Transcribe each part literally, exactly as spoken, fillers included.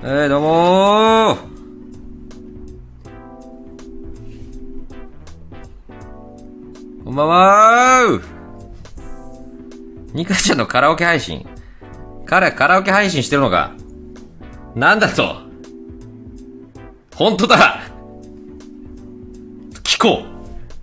えー、どうもー。こんばんはー。ニカちゃんのカラオケ配信。彼カラオケ配信してるのか。なんだと。本当だ。聞こう。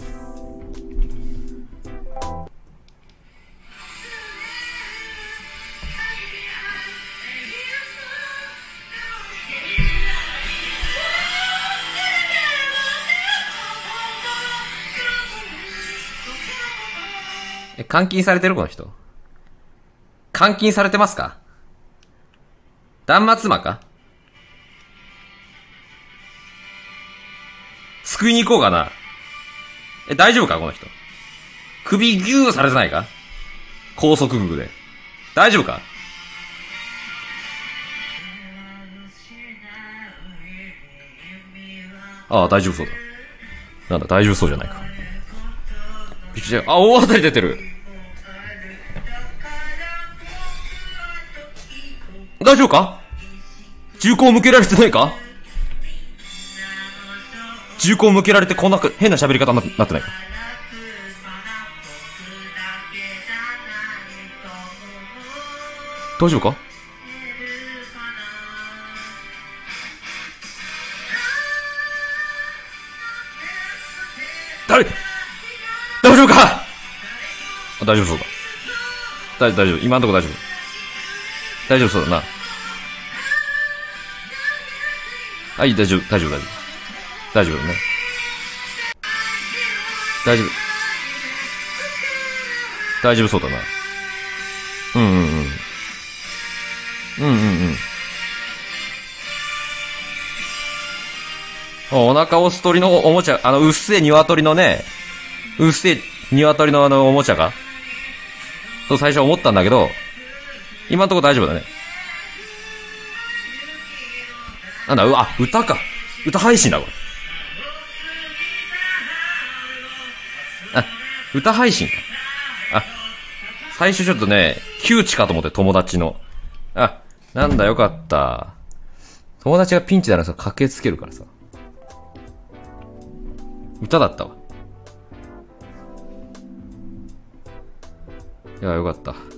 え、監禁されてるこの人。監禁されてますか？断末魔か？救いに行こうかな。え、大丈夫かこの人。首ギューされてないか？高速具で。大丈夫か？ああ、大丈夫そうだ。なんだ、大丈夫そうじゃないか。びっくりした。あ、大当たり出てる。大丈夫か？銃口向けられてないか？銃口向けられてこんな変な喋り方になってないか？大丈夫か？誰？大丈夫か？大丈夫そうだ。大丈夫、今んとこ大丈夫。大丈夫そうだな。はい、大丈夫、大丈夫、大丈夫。大丈夫だね。大丈夫。大丈夫そうだな。うんうんうん。うんうんうん。お腹押す鳥のおもちゃ、あの、うっせえ鶏のね、うっせえ鶏のあのおもちゃかと最初思ったんだけど、今んとこ大丈夫だね。なんだ、うわ、歌か。歌配信だ、これ。あ、歌配信か。あ、最初ちょっとね、窮地かと思って友達の。あ、なんだよかった。友達がピンチならさ、駆けつけるからさ。歌だったわ。いや、よかった。